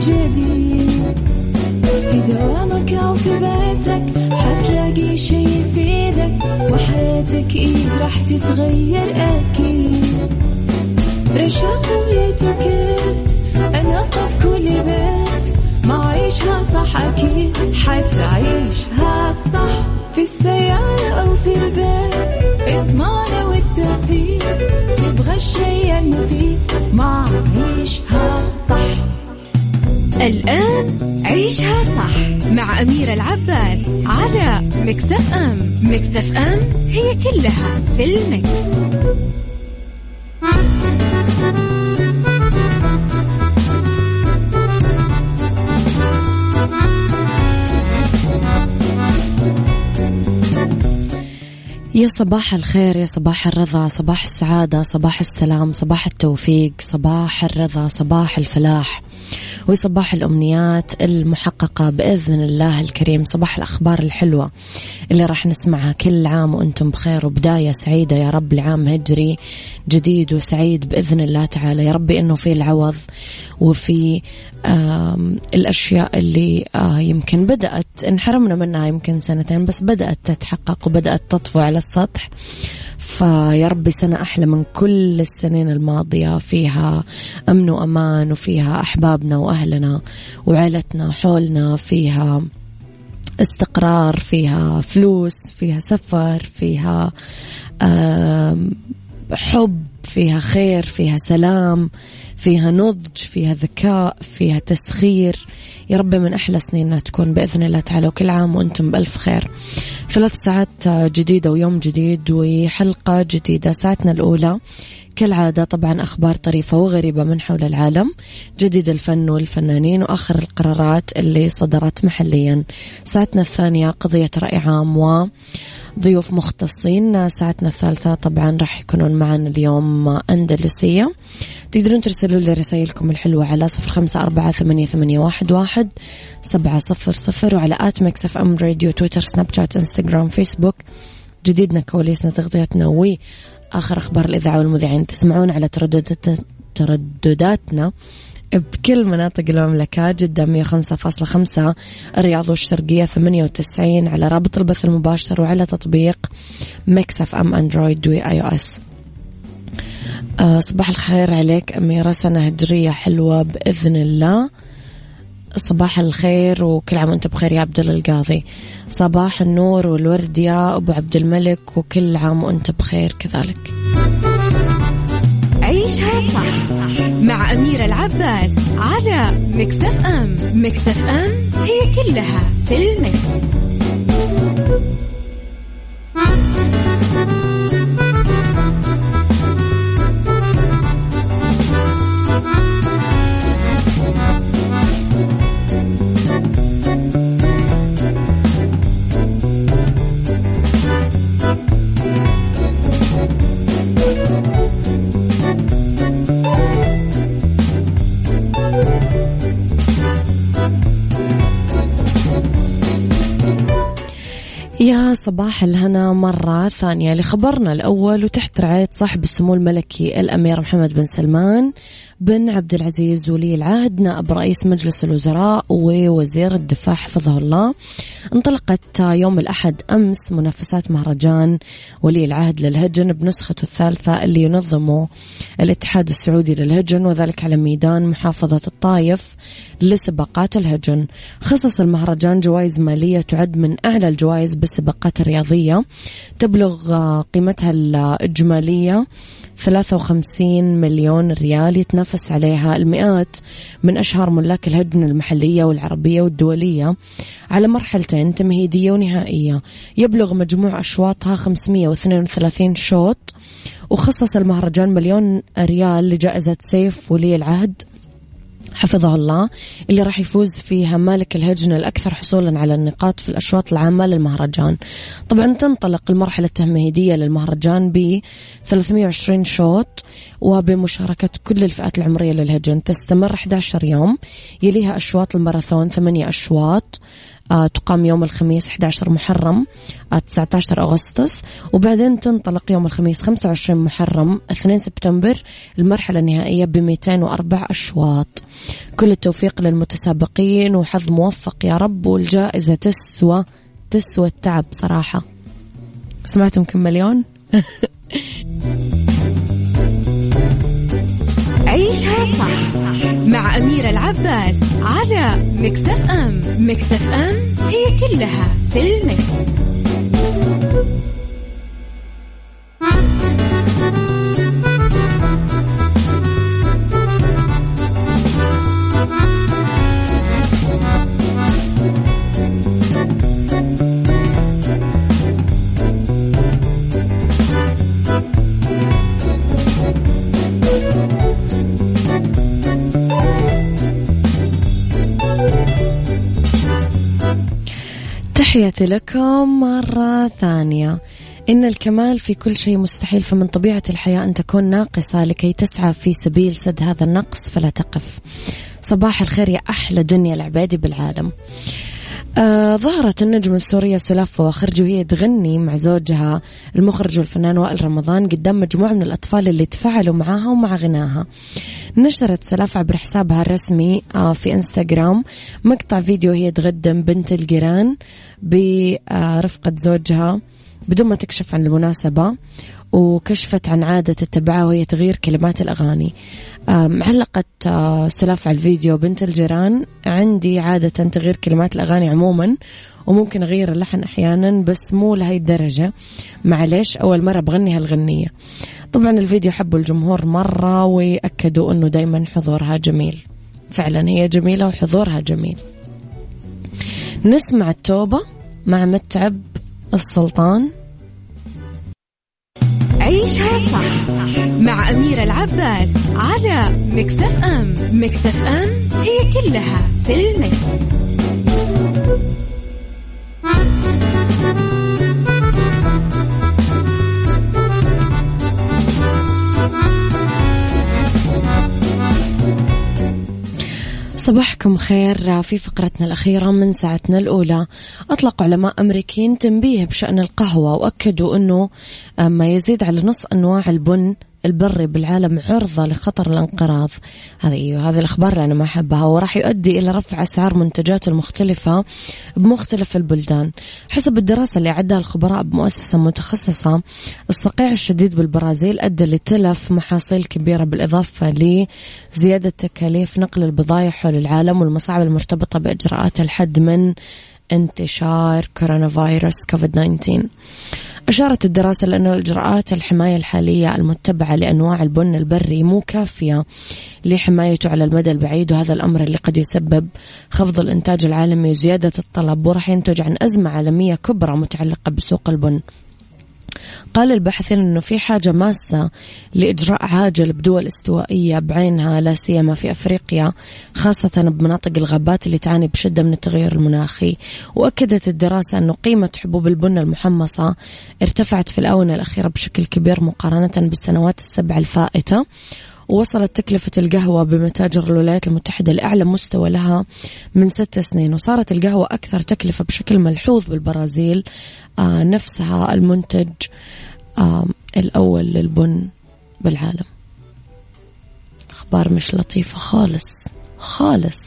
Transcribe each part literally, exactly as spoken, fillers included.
جديد. في دوامك أو في بيتك حتلاقي شي يفيدك، وحياتك إيه راح تتغير أكيد. رشاق ويتوكيت أنا قف كل بيت، ما عيشها صح أكيد حتعيشها صح. في السيارة أو في البيت اسمعنا والتوفيق، تبغى الشيء المفيد ما عيشها صح. الآن عيشها صح مع أميرة العباس على ميكس اف ام. ميكس اف ام هي كلها في الميكس. يا صباح الخير، يا صباح الرضا، صباح السعادة، صباح السلام، صباح التوفيق، صباح الرضا، صباح الفلاح، وصباح الأمنيات المحققة بإذن الله الكريم. صباح الأخبار الحلوة اللي راح نسمعها. كل عام وأنتم بخير وبداية سعيدة يا رب لعام هجري جديد وسعيد بإذن الله تعالى. يا ربي إنه في العوض وفي الأشياء اللي آه يمكن بدأت انحرمنا منها يمكن سنتين، بس بدأت تتحقق وبدأت تطفو على السطح. فيا ربي سنة أحلى من كل السنين الماضية، فيها أمن وأمان، وفيها أحبابنا وأهلنا وعائلتنا حولنا، فيها استقرار، فيها فلوس، فيها سفر، فيها حب، فيها خير، فيها سلام، فيها نضج، فيها ذكاء، فيها تسخير. يا رب من أحلى سنيننا تكون بإذن الله تعالى، وكل عام وأنتم بألف خير. ثلاث ساعات جديدة ويوم جديد وحلقة جديدة. ساعتنا الأولى كالعادة طبعا أخبار طريفة وغريبة من حول العالم، جديد الفن والفنانين، وآخر القرارات اللي صدرت محليا. ساعتنا الثانية قضية رأي عام وضيوف مختصين. ساعتنا الثالثة طبعا راح يكونون معنا اليوم أندلسية. تقدرون ترسلوا لي رسائلكم الحلوة على صفر خمسة أربعة ثمانية ثمانية واحد واحد سبعة صفر صفر، وعلى آت ميكس اف ام راديو، تويتر، سناب شات، انستغرام، فيسبوك. جديدنا، كواليسنا، تغطيتنا، وآخر أخبار الإذاعة والمذيعين. تسمعون على ترددات تردداتنا بكل مناطق المملكة: جدة مية وخمسة فاصلة خمسة، الرياض والشرقية ثمانية وتسعين، على رابط البث المباشر وعلى تطبيق ميكس اف ام اندرويد واي او اس. أه صباح الخير عليك أميرة، سنة هجرية حلوة بإذن الله. صباح الخير وكل عام وانت بخير يا عبد الله القاضي. صباح النور والورد يا أبو عبد الملك، وكل عام وانت بخير كذلك. عيشها صح مع أميرة العباس على ميكس اف ام. ميكس اف ام هي كلها في الميكس. يا صباح الهنا مرة ثانية لخبرنا الأول، وتحت رعاية صاحب السمو الملكي الأمير محمد بن سلمان بن عبد العزيز ولي العهد نائب رئيس مجلس الوزراء ووزير الدفاع حفظه الله. انطلقت يوم الأحد أمس منافسات مهرجان ولي العهد للهجن بنسخته الثالثة اللي ينظمه الاتحاد السعودي للهجن، وذلك على ميدان محافظة الطايف لسباقات الهجن. خصص المهرجان جوائز مالية تعد من أعلى الجوائز بالسباقات الرياضية، تبلغ قيمتها الإجمالية ثلاثة وخمسين مليون ريال، يتنافس عليها المئات من أشهر ملاك الهجن المحلية والعربية والدولية على مرحلتين تمهيدية ونهائية، يبلغ مجموع أشواطها خمسمئة واثنين وثلاثين شوط. وخصص المهرجان مليون ريال لجائزة سيف ولي العهد حفظه الله، اللي راح يفوز فيها مالك الهجن الأكثر حصولا على النقاط في الأشواط العامة للمهرجان. طبعا تنطلق المرحلة التمهيدية للمهرجان ب ثلاثمئة وعشرين شوط وبمشاركة كل الفئات العمرية للهجن، تستمر أحد عشر يوم، يليها أشواط الماراثون ثمانية أشواط، آه تقام يوم الخميس أحد عشر محرم آه تسعة عشر أغسطس، وبعدين تنطلق يوم الخميس خمسة وعشرين محرم اثنين سبتمبر المرحلة النهائية ب مئتين وأربع أشواط. كل التوفيق للمتسابقين وحظ موفق يا رب، والجائزة تسوى تسوى التعب صراحة. سمعتم كم مليون؟ عيشها صح مع أميرة العباس على ميكس اف ام. ميكس اف ام هي كلها في الميكس. تحياتي لكم مرة ثانية. إن الكمال في كل شيء مستحيل، فمن طبيعة الحياة أن تكون ناقصة لكي تسعى في سبيل سد هذا النقص، فلا تقف. صباح الخير يا أحلى دنيا العبادي بالعالم. آه ظهرت النجمة السورية سلاف وخرجي وهي تغني مع زوجها المخرج والفنان وائل رمضان قدام مجموعة من الأطفال اللي تفاعلوا معها ومع غناها. نشرت سلاف عبر حسابها الرسمي آه في انستغرام مقطع فيديو هي تقدم بنت الجيران برفقة زوجها بدون ما تكشف عن المناسبة، وكشفت عن عادة تتبعها وهي تغيير كلمات الأغاني. معلقت سلاف على الفيديو: بنت الجيران عندي عادة تغيير كلمات الأغاني عموما، وممكن أغير اللحن أحيانا بس مو لهي الدرجة، معليش أول مرة بغني هالغنية. طبعا الفيديو حبوا الجمهور مرة ويأكدوا أنه دايما حضورها جميل. فعلا هي جميلة وحضورها جميل. نسمع التوبة مع متعب السلطان. عيشها صح مع أميرة العباس على ميكس اف ام. ميكس اف ام هي كلها في الميكس. صباحكم خير. في فقرتنا الأخيرة من ساعتنا الأولى أطلق علماء أمريكيين تنبيه بشأن القهوة، وأكدوا أنه ما يزيد على نص أنواع البن البري بالعالم عرضة لخطر الانقراض. هذه هذه الأخبار اللي أنا ما أحبها، وراح يؤدي إلى رفع أسعار منتجاته المختلفة بمختلف البلدان. حسب الدراسة اللي عدها الخبراء بمؤسسة متخصصة، الصقيع الشديد بالبرازيل أدى لتلف محاصيل كبيرة، بالإضافة لزيادة تكاليف نقل البضائع حول العالم والمصاعب المرتبطة بإجراءات الحد من انتشار كورونا فيروس كوفيد تسعة عشر. أشارت الدراسة لأن الإجراءات الحماية الحالية المتبعة لأنواع البن البري مو كافية لحمايته على المدى البعيد، وهذا الأمر اللي قد يسبب خفض الإنتاج العالمي وزيادة الطلب، ورح ينتج عن أزمة عالمية كبرى متعلقة بسوق البن. قال الباحثين أنه في حاجة ماسة لإجراء عاجل بدول استوائية بعينها، لا سيما في أفريقيا، خاصة بمناطق الغابات اللي تعاني بشدة من التغير المناخي. وأكدت الدراسة أنه قيمة حبوب البن المحمصة ارتفعت في الآونة الأخيرة بشكل كبير مقارنة بالسنوات السبع الفائتة، ووصلت تكلفة القهوة بمتاجر الولايات المتحدة لأعلى مستوى لها من ست سنين، وصارت القهوة أكثر تكلفة بشكل ملحوظ بالبرازيل، آه نفسها المنتج آه الأول للبن بالعالم. أخبار مش لطيفة خالص خالص.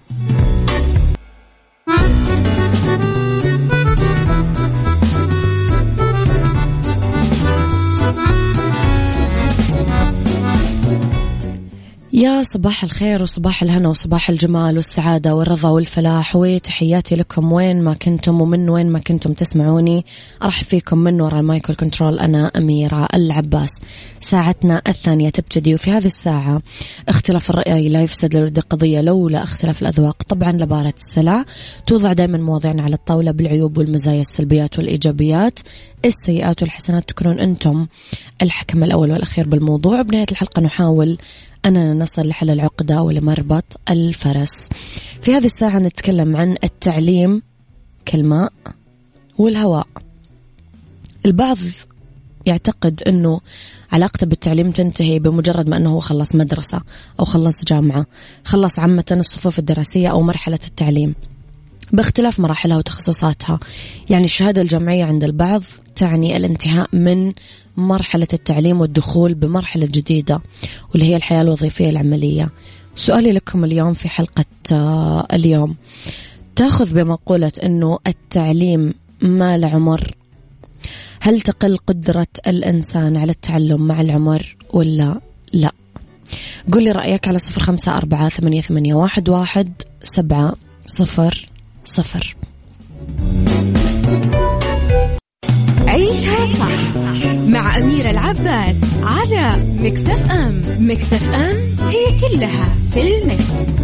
يا صباح الخير وصباح الهنا وصباح الجمال والسعادة والرضا والفلاح، وتحياتي لكم وين ما كنتم ومن وين ما كنتم تسمعوني. أرحب فيكم من وراء المايكل كنترول، أنا أميرة العباس. ساعتنا الثانية تبتدي، وفي هذه الساعة اختلاف الرأي لا يفسد للود قضية لولا اختلاف الأذواق. طبعا لبارة السلع توضع دائما مواضيعنا على الطاولة بالعيوب والمزايا، السلبيات والإيجابيات، السيئات والحسنات، تكونون أنتم الحكم الأول والأخير بالموضوع. بنهاية الحلقة نحاول أننا نصل لحل العقدة ولمربط الفرس. في هذه الساعة نتكلم عن التعليم كالماء والهواء. البعض يعتقد أنه علاقته بالتعليم تنتهي بمجرد ما أنه خلص مدرسة أو خلص جامعة، خلص عامة الصفوف الدراسية أو مرحلة التعليم. باختلاف مراحلها وتخصصاتها. يعني الشهادة الجامعية عند البعض تعني الانتهاء من مرحلة التعليم والدخول بمرحلة جديدة واللي هي الحياة الوظيفية العملية. سؤالي لكم اليوم في حلقة اليوم، تأخذ بمقولة أنه التعليم ما له عمر؟ هل تقل قدرة الإنسان على التعلم مع العمر ولا لا؟ قولي رأيك على صفر خمسة أربعة ثمانية ثمانية واحد واحد سبعة صفر صفر. عيشها صح مع أميرة العباس على ميكس اف ام. ميكس اف ام هي كلها في الميكس.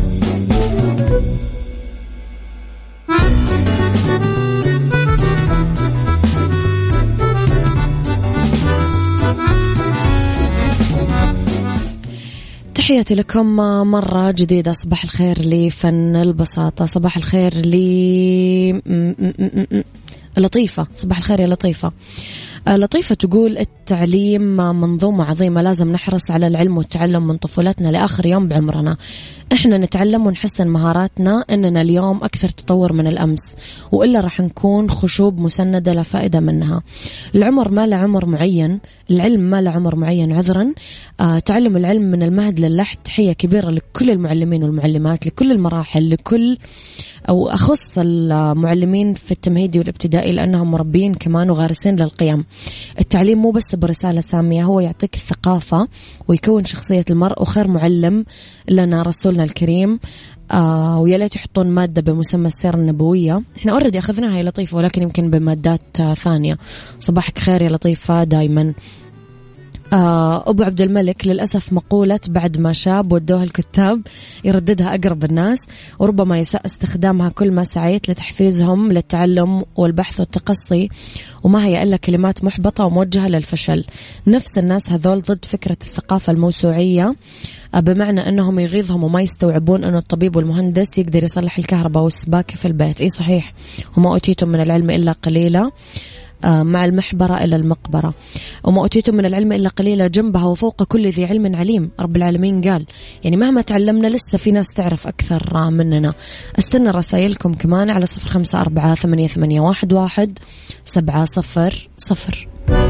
تحياتي لكم مرة جديدة. صباح الخير لفن البساطة، صباح الخير ل لطيفة، صباح الخير يا لطيفة. لطيفة تقول التعليم منظومة عظيمة، لازم نحرص على العلم والتعلم من طفولتنا لآخر يوم بعمرنا. احنا نتعلم ونحسن مهاراتنا اننا اليوم اكثر تطور من الامس، والا راح نكون خشوب مسندة لا فائدة منها. العمر ما له عمر معين، العلم ما له عمر معين عذرا. آه تعلم العلم من المهد للحد. تحية كبيرة لكل المعلمين والمعلمات، لكل المراحل، لكل أو أخص المعلمين في التمهيدي والابتدائي لأنهم مربين كمان وغارسين للقيم. التعليم مو بس برسالة سامية، هو يعطيك الثقافة ويكون شخصية المرء. وخير معلم لنا رسولنا الكريم. آه ويا ليت يحطون مادة بمسمى السيرة النبوية. احنا أوريدي أخذناها يا لطيفة، ولكن يمكن بمادات آه ثانية. صباحك خير يا لطيفة دايما. آه أبو عبد الملك، للأسف مقولة بعد ما شاب ودوها الكتاب يرددها أقرب الناس، وربما يساء استخدامها كل ما سعيت لتحفيزهم للتعلم والبحث والتقصي، وما هي إلا كلمات محبطة وموجهة للفشل. نفس الناس هذول ضد فكرة الثقافة الموسوعية، بمعنى أنهم يغيظهم وما يستوعبون أنه الطبيب والمهندس يقدر يصلح الكهرباء والسباكة في البيت. إيه صحيح، وما أوتيتم من العلم إلا قليلا، مع المحبرة إلى المقبرة. وما أوتيتم من العلم إلا قليلا، جنبها وفوق كل ذي علم عليم. رب العالمين قال يعني مهما تعلمنا لسه في ناس تعرف أكثر مننا. استنى رسائلكم كمان على صفر خمسة أربعة ثمانية ثمانية واحد واحد سبعة صفر صفر.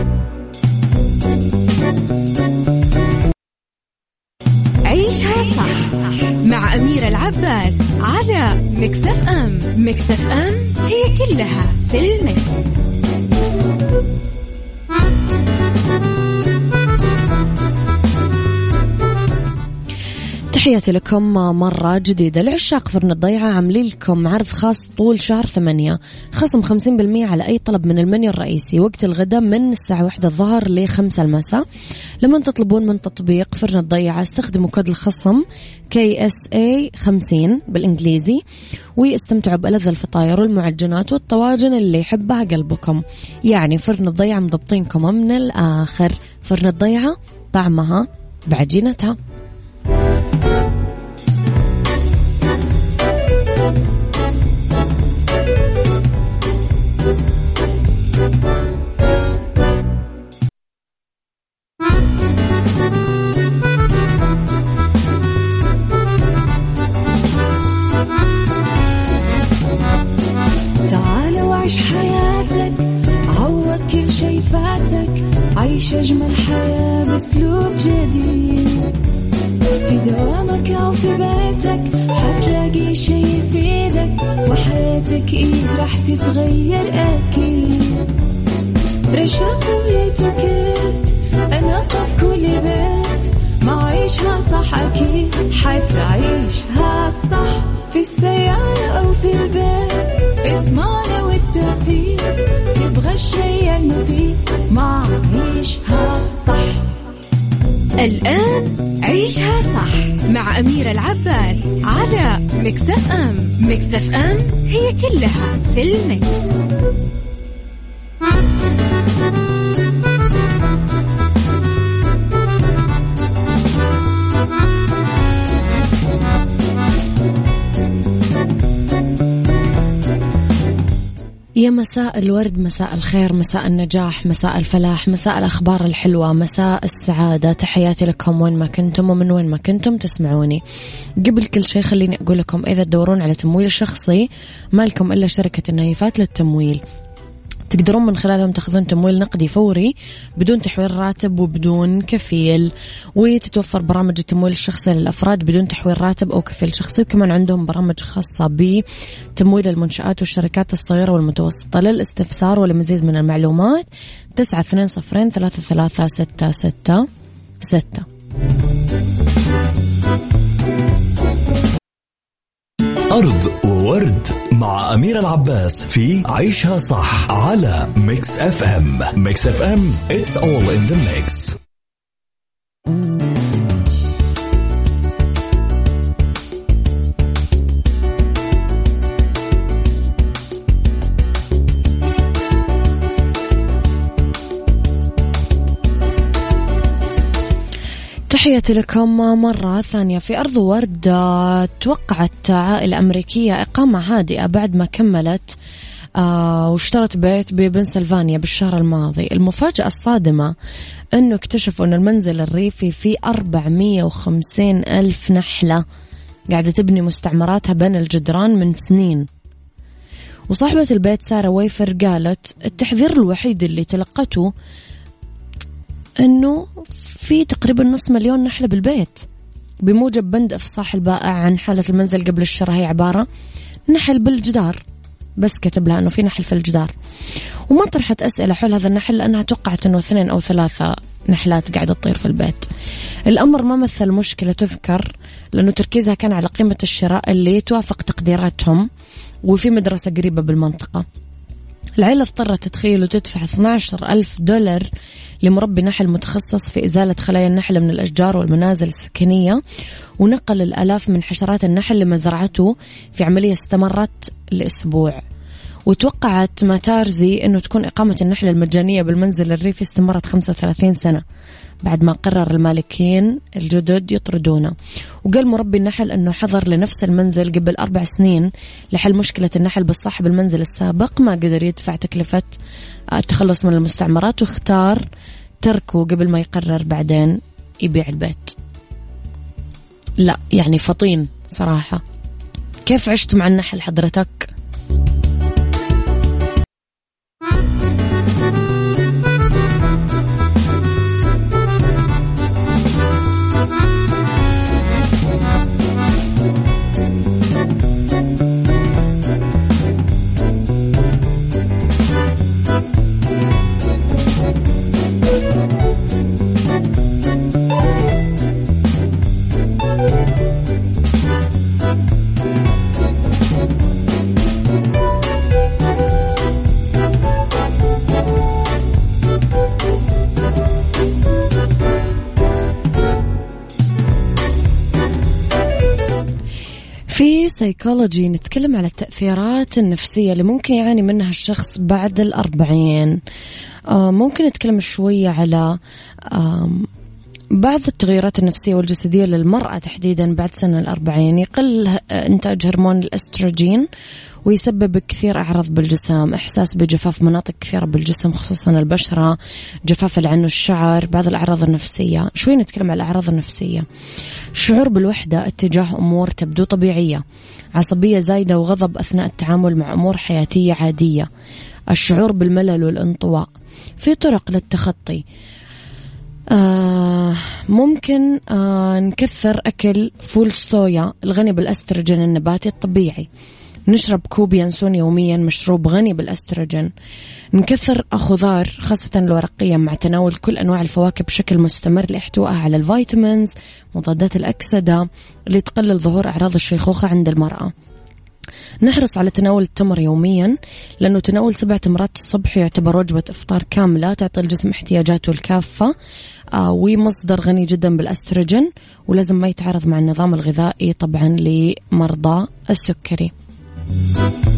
عيشها صح مع أميرة العباس على ميكس اف ام. ميكس اف ام هي كلها في الميكس. تحياتي لكم مرة جديدة. لعشاق فرن الضيعة عاملين لكم عرض خاص طول شهر ثمانية، خصم خمسين بالمية على أي طلب من المنيو الرئيسي وقت الغداء من الساعة واحدة الظهر لخمسة المساء. لما تطلبون من تطبيق فرن الضيعة استخدموا كود الخصم كي إس إيه خمسين بالإنجليزي ويستمتعوا بألذ الفطاير والمعجنات والطواجن اللي يحبها قلبكم. يعني فرن الضيعة مضبطينكم من الآخر. فرن الضيعة طعمها بعجينتها. عيش أجمل حياة بأسلوب جديد في دوامك أو في بيتك، حتلاقي شي يفيدك وحياتك إيه راح تتغير أكيد. رشاق ويتوكيت أنا في كل بيت، ما عيشها صح أكيد حتعيشها صح، في السيارة أو في البيت اسمعنا والتوفيق، تبغى الشيء المفيد ما عيشها صح. الآن عيشها صح مع أميرة العباس على ميكس اف ام. ميكس اف ام هي كلها في الميكس. يا مساء الورد، مساء الخير، مساء النجاح، مساء الفلاح، مساء الأخبار الحلوة، مساء السعادة. تحياتي لكم وين ما كنتم ومن وين ما كنتم تسمعوني. قبل كل شيء خليني أقول لكم إذا تدورون على تمويل شخصي ما لكم إلا شركة النايفات للتمويل. تقدرون من خلالهم تاخذون تمويل نقدي فوري بدون تحويل راتب وبدون كفيل، وتتوفر برامج التمويل الشخصي للأفراد بدون تحويل راتب أو كفيل شخصي، وكمان عندهم برامج خاصة بتمويل المنشآت والشركات الصغيرة والمتوسطة. للاستفسار ولمزيد من المعلومات تسعة اثنين صفرين ثلاثة ثلاثة ستة ستة ستة. أرض وورد مع أميرة العباس في عيشها صح على ميكس اف ام. ميكس اف ام it's all in the mix. تحياتي لكم مرة ثانية. في أرض ورد توقعت عائلة أمريكية إقامة هادئة بعد ما كملت آه واشترت بيت ببنسلفانيا بالشهر الماضي. المفاجأة الصادمة أنه اكتشفوا أن المنزل الريفي فيه أربعمية وخمسين ألف نحلة قاعدة تبني مستعمراتها بين الجدران من سنين. وصاحبة البيت سارة ويفر قالت التحذير الوحيد اللي تلقته أنه في تقريبا نص مليون نحلة بالبيت. بموجب بند إفصاح البائع عن حالة المنزل قبل الشراء هي عبارة نحل بالجدار، بس كتب لها أنه في نحل في الجدار. وما طرحت أسئلة حول هذا النحل لأنها توقعت أنه اثنين أو ثلاثة نحلات قاعدة تطير في البيت. الأمر ما مثل مشكلة تذكر لأنه تركيزها كان على قيمة الشراء اللي توافق تقديراتهم وفي مدرسة قريبة بالمنطقة. العائلة اضطرت تتخيل وتدفع اثنا عشر ألف دولار لمربي نحل متخصص في إزالة خلايا النحل من الأشجار والمنازل السكنية، ونقل الآلاف من حشرات النحل لمزرعته في عملية استمرت لأسبوع. وتوقعت ماتارزي أنه تكون إقامة النحل المجانية بالمنزل الريفي استمرت خمسة وثلاثين سنة بعد ما قرر المالكين الجدد يطردونه. وقال مربي النحل أنه حضر لنفس المنزل قبل أربع سنين لحل مشكلة النحل، بس صاحب المنزل السابق ما قدر يدفع تكلفة التخلص من المستعمرات واختار تركه قبل ما يقرر بعدين يبيع البيت. لا يعني فطين صراحة. كيف عشت مع النحل حضرتك؟ سايكولوجي نتكلم على التأثيرات النفسية اللي ممكن يعاني منها الشخص بعد الأربعين. آه ممكن نتكلم شوية على آه بعض التغيرات النفسية والجسدية للمرأة تحديدا بعد سن الأربعين. يقل إنتاج هرمون الأستروجين ويسبب كثير أعراض بالجسم، إحساس بجفاف مناطق كثيرة بالجسم خصوصا البشرة، جفاف العين والشعر. بعض الأعراض النفسية شوي نتكلم على الأعراض النفسية: الشعور بالوحدة اتجاه أمور تبدو طبيعية، عصبية زايدة وغضب أثناء التعامل مع أمور حياتية عادية، الشعور بالملل والانطواء. في طرق للتخطي: آه ممكن آه نكثر أكل فول صويا الغني بالأستروجين النباتي الطبيعي، نشرب كوب ينسون يوميا مشروب غني بالأستروجين، نكثر خضار خاصة الورقية مع تناول كل أنواع الفواكه بشكل مستمر لاحتوائها على الفيتامينز مضادات الأكسدة اللي تقلل ظهور أعراض الشيخوخة عند المرأة. نحرص على تناول التمر يوميا لأنه تناول سبع تمرات الصبح يعتبر وجبة إفطار كاملة تعطي الجسم احتياجاته الكافة، آه ومصدر غني جدا بالأستروجين، ولازم ما يتعارض مع النظام الغذائي طبعا لمرضى السكري.